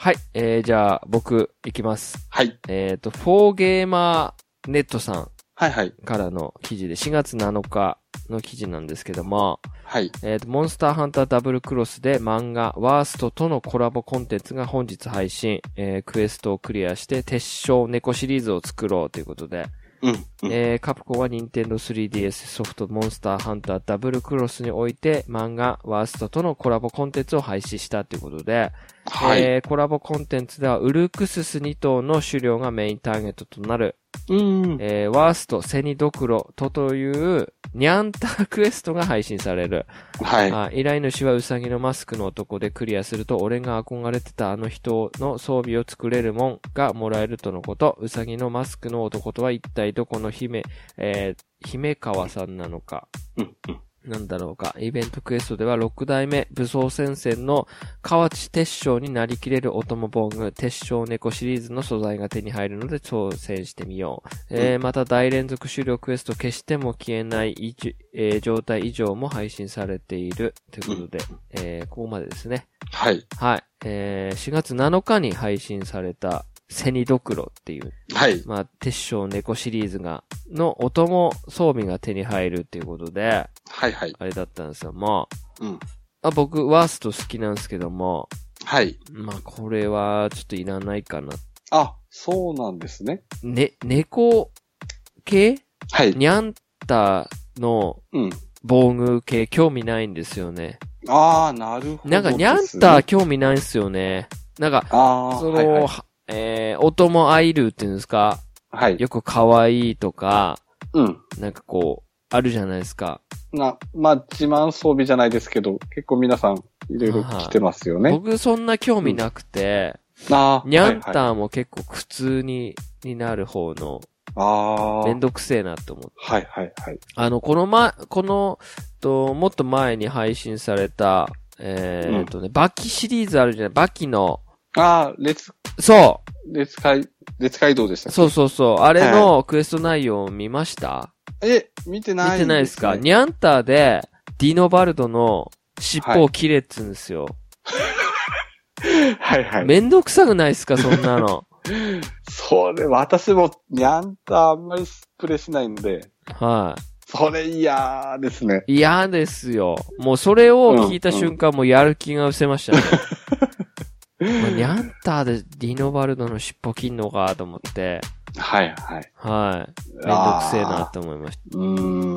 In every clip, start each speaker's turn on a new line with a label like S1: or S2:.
S1: はい。じゃあ、僕、いきます。
S2: はい。
S1: フォーゲーマーネットさん
S2: はいはい。
S1: からの記事で、4月7日の記事なんですけども、
S2: はい。
S1: モンスターハンターダブルクロスで漫画、ワーストとのコラボコンテンツが本日配信、クエストをクリアして、鉄章猫シリーズを作ろうということで、カプコンは任天堂 3DS ソフトモンスターハンターダブルクロスにおいて漫画ワーストとのコラボコンテンツを廃止したということで、はい、コラボコンテンツではウルクスス2頭の狩猟がメインターゲットとなる、ワーストセニドクロというニャンタークエストが配信される。はい。依頼主はウサギのマスクの男でクリアすると、俺が憧れてたあの人の装備を作れるもんがもらえるとのこと。ウサギのマスクの男とは一体どこの姫川さんなのか。なんだろうか。イベントクエストでは6代目武装戦線の河内鉄章になりきれるお供防具、鉄章猫シリーズの素材が手に入るので挑戦してみよう。また大連続狩猟クエスト消しても消えない状態以上も配信されているということで、ここまでですね。
S2: はい。
S1: はい。4月7日に配信されたセニドクロっていう。
S2: はい。
S1: まあ、鉄章猫シリーズのお供装備が手に入るっていうことで、
S2: はいはい。
S1: あれだったんですよ。まあ、僕、ワースト好きなんですけども、
S2: はい。
S1: まあ、これはちょっといらないかな。
S2: あ、そうなんですね。
S1: 猫系？
S2: はい。
S1: ニャンタの防具系興味ないんですよね。
S2: ああ、なるほど、ね。
S1: なんかニャンタ興味ないんですよね。なんか、お供アイルっていうんですか？
S2: はい。
S1: よく可愛いとか、なんかこう、あるじゃないですか。
S2: まあ、自慢装備じゃないですけど、結構皆さんいろいろ着てますよね。
S1: 僕そんな興味なくて、ニャンターも結構苦痛になる方の、めんどくせえなと思って。
S2: はいはいはい。
S1: もっと前に配信された、バキシリーズあるじゃない、バキの、
S2: そう列街道でしたっけ？
S1: そう。あれのクエスト内容を見ました？
S2: 見てないですね。
S1: 見てないですか？ニャンターで、ディノバルドの尻尾を切れっつうんですよ。
S2: はいはい。
S1: めんどくさくないですか、そんなの。
S2: 私もニャンターあんまりプレイしないので。
S1: はい。
S2: それ嫌ですね。
S1: 嫌ですよ。もうそれを聞いた瞬間もうやる気が失せましたね。ニャンターでディノバルドの尻尾切んのかと思って。
S2: はいはい。
S1: はい。めんどくせえなと思いました。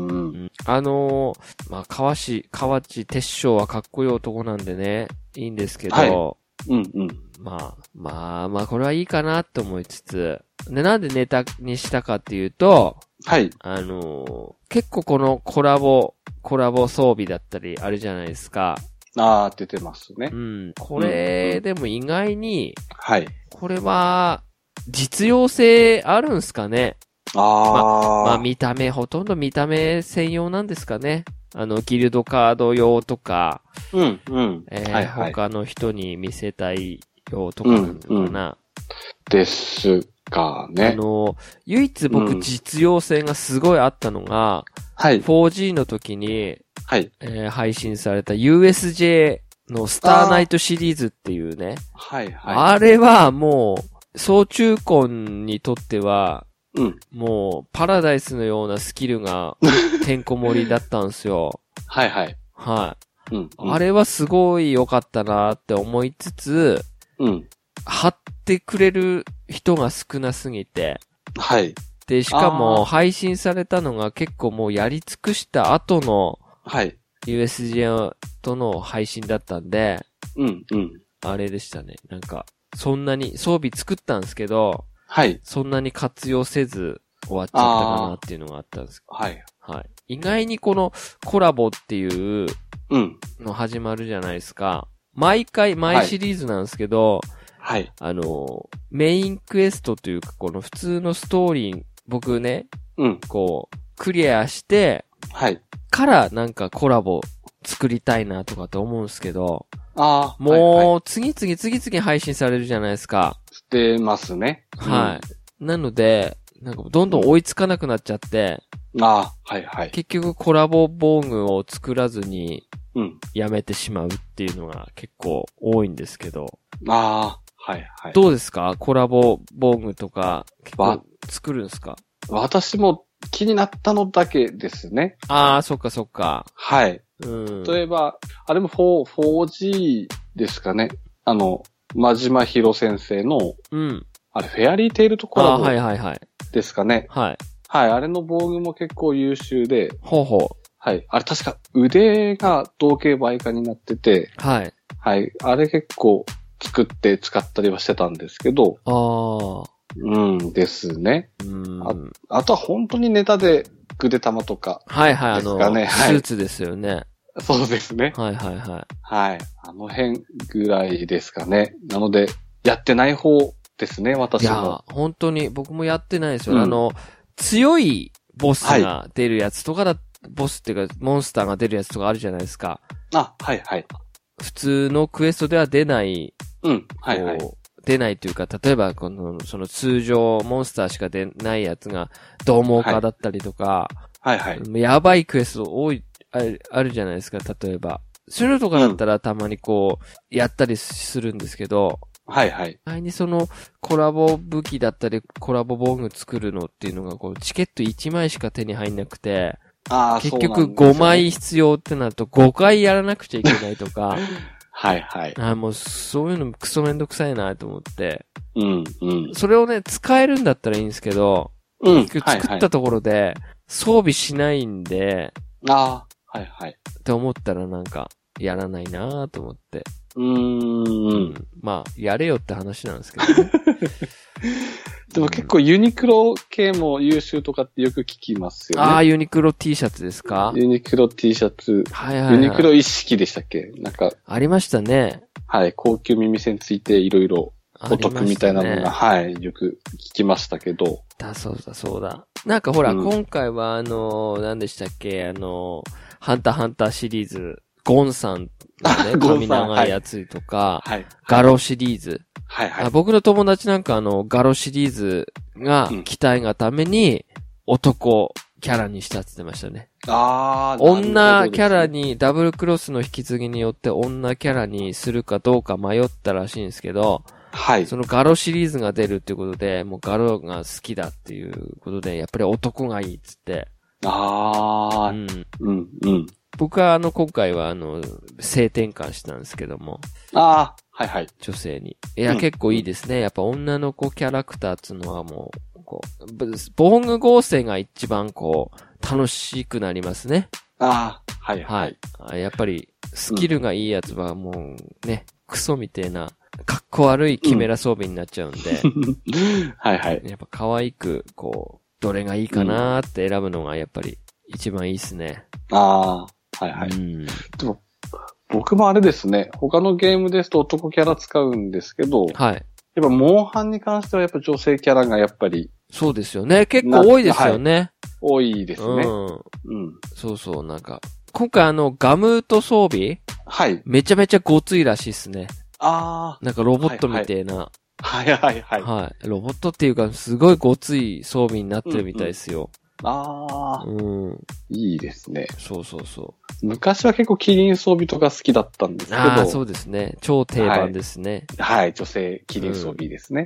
S1: まあ、河内鉄章はかっこいい男なんでね、いいんですけど、まあ、これはいいかなと思いつつ、で、なんでネタにしたかっていうと、
S2: はい。
S1: 結構このコラボ装備だったりあるじゃないですか。
S2: 出てますね。
S1: これ、でも意外に、
S2: はい。
S1: これは、実用性あるんすかね？まあほとんど見た目専用なんですかね。ギルドカード用とか、他の人に見せたい用とかなんのかな。
S2: ですかね。
S1: 唯一僕実用性がすごいあったのが、4G の時に、配信された USJ のスターナイトシリーズっていうね。あれはもう、総中根にとっては、もう、パラダイスのようなスキルが、てんこ盛りだったんですよ。はい。あれはすごい良かったなって思いつつ、貼ってくれる人が少なすぎて、で、しかも、配信されたのが結構もうやり尽くした後の、USJ との配信だったんで、あれでしたね。なんか、そんなに装備作ったんですけど、そんなに活用せず終わっちゃったかなっていうのがあったんですけど、意外にこのコラボっていうの始まるじゃないですか。毎シリーズなんですけど、メインクエストというかこの普通のストーリー、僕ね、こう、クリアして、からなんかコラボ作りたいなとかって思うんですけど、もう、次々配信されるじゃないですか。
S2: してますね。
S1: なので、なんかどんどん追いつかなくなっちゃって、結局コラボ防具を作らずに、やめてしまうっていうのが結構多いんですけど。
S2: はいはい。
S1: どうですか？コラボ防具とか、結構作るんですか？
S2: 私も気になったのだけですね。
S1: ああ、そっかそっか。
S2: はい。例えば、あれも 4G ですかね。真島ひろ先生の、あれ、フェアリーテイルとコラボですかね。
S1: はい。
S2: はい。あれの防具も結構優秀で。
S1: ほうほう。
S2: はい。あれ確か腕が同型倍化になってて。
S1: はい。
S2: はい。あれ結構作って使ったりはしてたんですけど。ですね。あとは本当にネタでぐで玉とか。
S1: はいはい。スーツですよね。
S2: そうですね。
S1: はいはいはい。
S2: はい。あの辺ぐらいですかね。なので、やってない方ですね、私も。いや、
S1: 本当に僕もやってないですよ。強いボスが出るやつとかボスっていうか、モンスターが出るやつとかあるじゃないですか。
S2: はいはい。
S1: 普通のクエストでは出ない。
S2: はいはい。
S1: 出ないというか、例えばその通常モンスターしか出ないやつが、獰猛化だったりとか。はいはい。やばいクエスト多い、あるじゃないですか、例えば。そういうのとかだったらたまにやったりするんですけど。
S2: はいはい。
S1: 前にコラボ武器だったり、コラボ防具作るのっていうのがチケット1枚しか手に入んなくて。結局5枚必要ってなると5回やらなくちゃいけないとか。
S2: はいはい。
S1: もうそういうのクソめんどくさいなと思って。
S2: うん。
S1: それをね、使えるんだったらいいんですけど。作ったところで装備しないんで。
S2: はいはい。
S1: って思ったらなんか、やらないなと思って。まあ、やれよって話なんですけどね。
S2: でも結構ユニクロ系も優秀とかってよく聞きますよね。
S1: ユニクロ T シャツですか？
S2: ユニクロ T シャツ。
S1: はいはいはい。
S2: ユニクロ一式でしたっけ？なんか。
S1: ありましたね。
S2: はい。高級耳栓ついていろいろお得みたいなのが、はい。よく聞きましたけど。
S1: そうだ。なんかほら、今回は何でしたっけ？ハンターシリーズ、ゴンさんのね、髪長いやつとか、ガロシリーズ。僕の友達なんかガロシリーズが期待がために男キャラにしたって言ってましたね。女キャラにダブルクロスの引き継ぎによって女キャラにするかどうか迷ったらしいんですけど、そのガロシリーズが出るっていうことで、もうガロが好きだっていうことで、やっぱり男がいいっつって。僕は今回は性転換したんですけども。
S2: はいはい。
S1: 女性に。いや、結構いいですね。やっぱ女の子キャラクターっていうのはもう、防具合成が一番楽しくなりますね。
S2: はいはい。
S1: やっぱり、スキルがいいやつはもうね、クソみたいな、かっこ悪いキメラ装備になっちゃうんで。
S2: はいはい。
S1: やっぱ可愛く、どれがいいかなーって選ぶのがやっぱり一番いいっすね。
S2: はいはい。でも、僕もあれですね、他のゲームですと男キャラ使うんですけど、やっぱモンハンに関してはやっぱ女性キャラがやっぱり。
S1: そうですよね。結構多いですよね。
S2: 多いですね。
S1: そう、なんか、今回ガムート装備めちゃめちゃごついらしいっすね。なんかロボットみたいな。ロボットっていうか、すごいごつい装備になってるみたいですよ。
S2: いいですね。
S1: そう。
S2: 昔は結構キリン装備とか好きだったんですけど。
S1: そうですね。超定番ですね。
S2: 女性キリン装備ですね。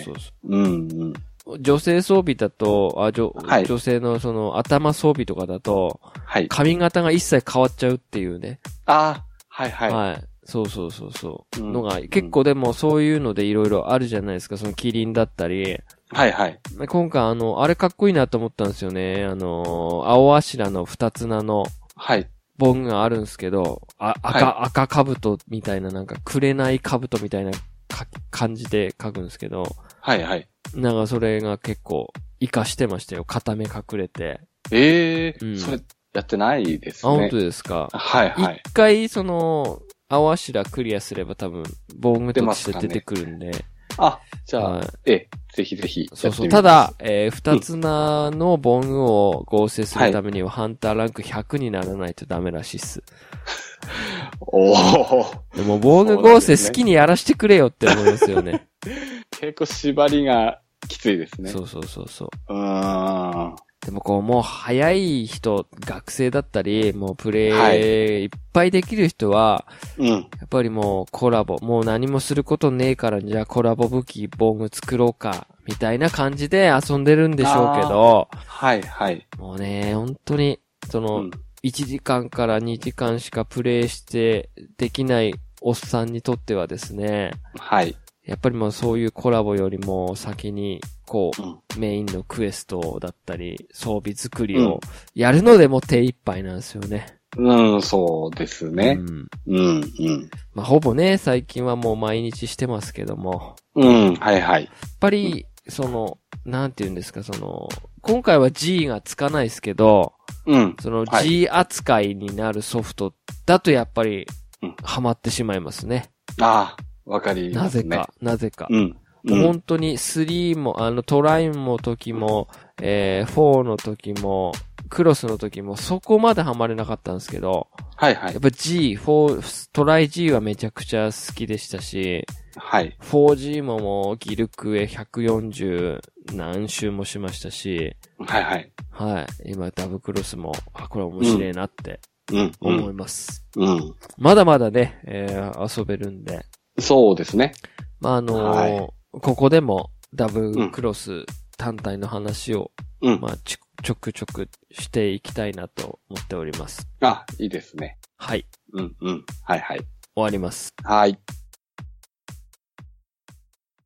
S1: 女性装備だと、女性の頭装備とかだと、髪型が一切変わっちゃうっていうね。そう。のが、結構でもそういうのでいろいろあるじゃないですか。そのキリンだったり。今回あれかっこいいなと思ったんですよね。青柱の二つ名の。防具があるんですけど、赤兜みたいななんか、紅兜みたいな感じで書くんですけど。なんかそれが結構活かしてましたよ。片目隠れて。
S2: それやってないですね。
S1: 本当ですか。一回青柱クリアすれば多分防具として出てくるんで。
S2: じゃあ、ぜひぜひ。
S1: そう。ただ、二つ名の防具を合成するためにはハンターランク100にならないとダメらしいっす。でも防具合成好きにやらしてくれよって思いますよね。
S2: 結構縛りがきついですね。
S1: そう。 でもこう、もう早い人、学生だったり、もうプレイいっぱいできる人は、やっぱりもうコラボ、もう何もすることねえから、じゃあコラボ武器、防具作ろうか、みたいな感じで遊んでるんでしょうけど、もうね、本当に、1時間から2時間しかプレイしてできないおっさんにとってはですね、やっぱりもうそういうコラボよりも先に、こう、メインのクエストだったり、装備作りをやるのでも手一杯なんですよね。
S2: そうですね。
S1: まあ、ほぼね、最近はもう毎日してますけども。
S2: や
S1: っぱり、なんて言うんですか、今回は G がつかないですけど、G 扱いになるソフトだとやっぱり、ハマってしまいますね。
S2: わかりますね。
S1: なぜか。もう本当に3も、トライの時も、4の時も、クロスの時もそこまでハマれなかったんですけど、やっぱ トライ G はめちゃくちゃ好きでしたし、4G ももうギルクエ140何周もしましたし、今ダブクロスも、これ面白いなって思います。まだまだね、遊べるんで。
S2: そうですね。
S1: まあここでもダブクロス単体の話を、まあちょくちょくしていきたいなと思っております。
S2: いいですね。
S1: はい。
S2: 終
S1: わります。
S2: はい。